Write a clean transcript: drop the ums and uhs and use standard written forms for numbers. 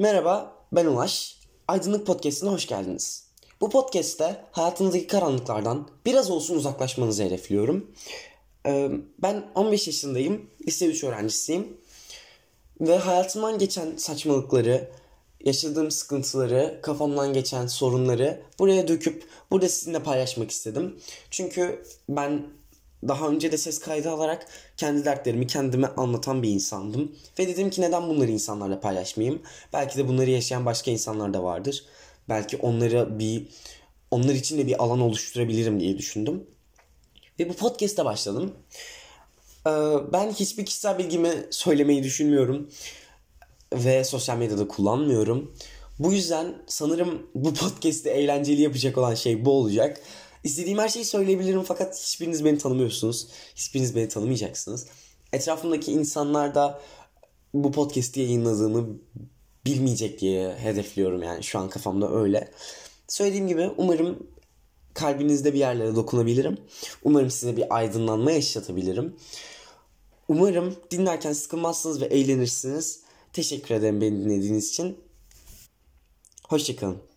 Merhaba, ben Ulaş. Aydınlık Podcast'ine hoş geldiniz. Bu podcast'te hayatınızdaki karanlıklardan biraz olsun uzaklaşmanızı hedefliyorum. Ben 15 yaşındayım, lise 3 öğrencisiyim. Ve hayatımdan geçen saçmalıkları, yaşadığım sıkıntıları, kafamdan geçen sorunları buraya döküp burada sizinle paylaşmak istedim. Çünkü ben daha önce de ses kaydı alarak kendi dertlerimi kendime anlatan bir insandım. Ve dedim ki neden bunları insanlarla paylaşmayayım? Belki de bunları yaşayan başka insanlar da vardır. Belki onlar için de bir alan oluşturabilirim diye düşündüm. Ve bu podcast'a başladım. Ben hiçbir kişisel bilgimi söylemeyi düşünmüyorum ve sosyal medyada kullanmıyorum. Bu yüzden sanırım bu podcast'i eğlenceli yapacak olan şey bu olacak. İstediğim her şeyi söyleyebilirim fakat hiçbiriniz beni tanımıyorsunuz. Hiçbiriniz beni tanımayacaksınız. Etrafımdaki insanlar da bu podcast'i yayınladığımı bilmeyecek diye hedefliyorum, yani şu an kafamda öyle. Söylediğim gibi umarım kalbinizde bir yerlere dokunabilirim. Umarım size bir aydınlanma yaşatabilirim. Umarım dinlerken sıkılmazsınız ve eğlenirsiniz. Teşekkür ederim beni dinlediğiniz için. Hoşça kalın.